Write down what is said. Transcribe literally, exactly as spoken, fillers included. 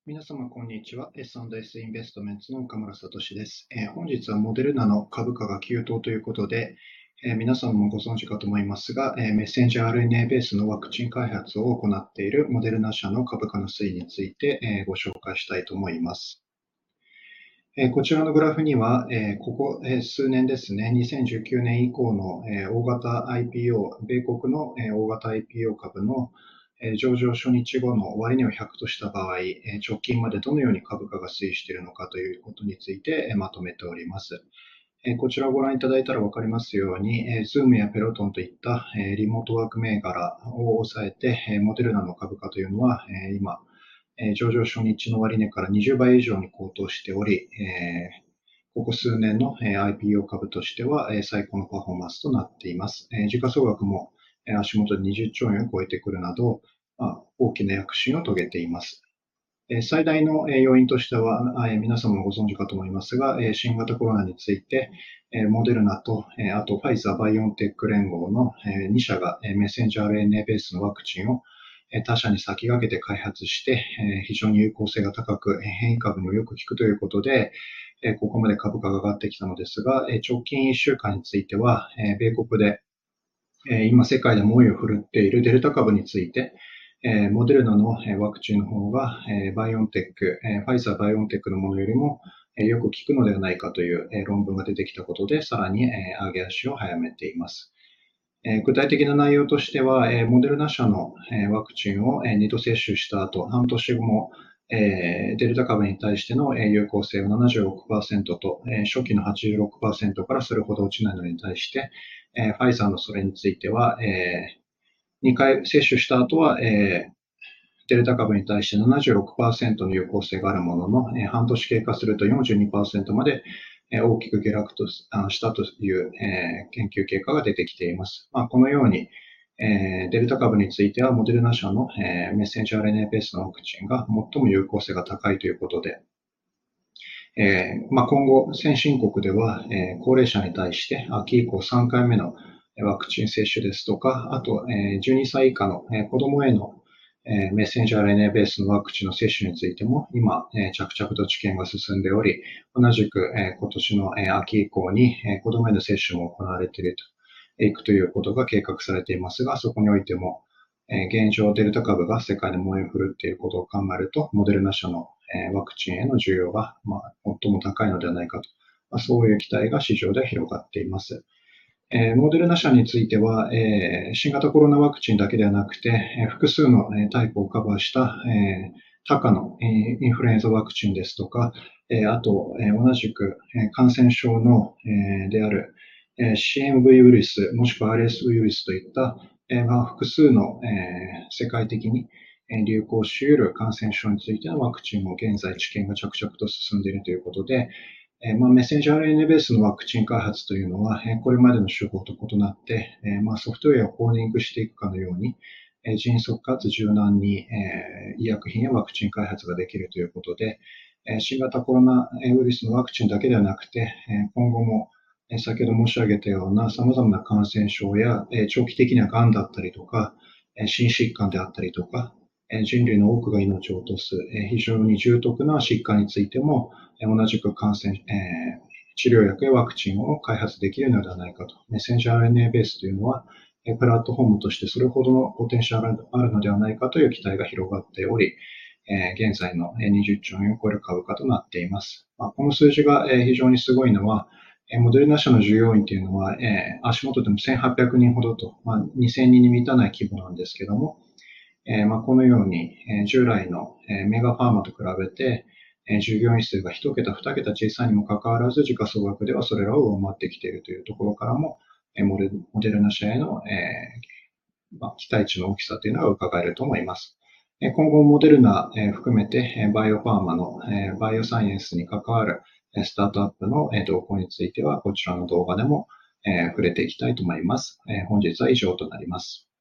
皆様、こんにちは。エスアンドエス インベストメンツの岡村聡です。えー本日はモデルナの株価が急騰ということで、えー皆さんもご存知かと思いますが、えーメッセンジャー アールエヌエー ベースのワクチン開発を行っているモデルナ社の株価の推移について、えーご紹介したいと思います。えーこちらのグラフには、えーここ、えー数年ですね、にせんじゅうきゅうねん以降の、えー大型 アイピーオー、米国の、えー大型 アイピーオー 株の、えー上場初日後の終値をひゃくとした場合、えー直近までどのように株価が推移しているのかということについて、えーまとめております。えーこちらをご覧いただいたら分かりますように、えー Zoom やペロトンといった、えーリモートワーク銘柄を抑えて、えーモデルナの株価というのは、えー今、えー上場初日の終値からにじゅうばい以上に高騰しており、えーここ数年の アイピーオー 株としては最高のパフォーマンスとなっています。時価総額も足元でにじゅっちょうえんを超えてくるなど、大きな躍進を遂げています。最大の要因としては、皆様もご存知かと思いますが、新型コロナについて、モデルナと、あとファイザー、バイオンテック連合のに社がメッセンジャー アールエヌエー ベースのワクチンを他社に先駆けて開発して、非常に有効性が高く、変異株にもよく効くということで、ここまで株価が上がってきたのですが、直近いっしゅうかんについては、米国で今世界で猛威を振るっているデルタ株について、モデルナのワクチンの方がバイオンテック、ファイザーバイオンテックのものよりもよく効くのではないかという論文が出てきたことで、さらに上げ足を早めています。具体的な内容としては、モデルナ社のワクチンをにど接種した後、半年後もデルタ株に対しての有効性は ななじゅうろくパーセント と、初期の はちじゅうろくパーセント からそれほど落ちないのに対して、ファイザーのそれについては、にかい接種した後は、デルタ株に対して ななじゅうろくパーセント の有効性があるものの、半年経過すると よんじゅうにパーセント まで大きく下落としたという研究結果が出てきています。まあ、このように、デルタ株についてはモデルナ社のメッセンジャー アールエヌエー ベースのワクチンが最も有効性が高いということで、えーまあ、今後、先進国では、えー高齢者に対して秋以降さんかいめのワクチン接種ですとか、あと、えーじゅうにさい以下の、えー子供への、えーメッセンジャー アールエヌエー ベースのワクチンの接種についても今、えー着々と治験が進んでおり、同じく、えー今年の、えー秋以降に、えー子供への接種も行われているといくということが計画されていますが、そこにおいても、えー現状デルタ株が世界で猛威を振るっていることを考えると、モデルナ社のワクチンへの需要が、まあ、最も高いのではないかと、まあ、そういう期待が市場で広がっています。えーモデルナ社については、えー新型コロナワクチンだけではなくて、えー複数の、えータイプをカバーした、えー他科の、えーインフルエンザワクチンですとか、えーあと、えー同じく、えー感染症の、えーである、えー シーエムブイ ウイルス、もしくは アールエス ウイルスといった、えーまあ、複数の、えー世界的にえー流行し得る感染症についてのワクチンも現在治験が着々と進んでいるということで、えーまあ、メッセンジャー アールエヌエー ベースのワクチン開発というのは、えーこれまでの手法と異なって、えーまあ、ソフトウェアをコーディングしていくかのように、えー迅速かつ柔軟に、えー医薬品やワクチン開発ができるということで、えー新型コロナウイルスのワクチンだけではなくて、えー今後もえー先ほど申し上げたような様々な感染症や、えー長期的には癌だったりとか、えー心疾患であったりとか、えー人類の多くが命を落とす、えー非常に重篤な疾患についても、同じく感染、えー治療薬やワクチンを開発できるのではないかと。メッセンジャー アールエヌエー ベースというのは、プラットフォームとしてそれほどのポテンシャルがあるのではないかという期待が広がっており、えー現在のにじゅっちょうえんを超える株価となっています。まあ、この数字がえー非常にすごいのは、えーモデルナ社の従業員というのは、えー足元でもせんはっぴゃくにんほどと、まあ、にせんにんに満たない規模なんですけども、えーまあ、このように、えー従来の、えーメガファーマと比べて、えー従業員数が一桁、二桁小さいにもかかわらず、時価総額ではそれらを上回ってきているというところからも、えーモデルモデルナ社への、えーまあ、期待値の大きさというのが伺えると思います。えー今後、モデルナ、えー含めて、えーバイオファーマの、えーバイオサイエンスに関わるえースタートアップのえー動向については、こちらの動画でもえー触れていきたいと思います。えー本日は以上となります。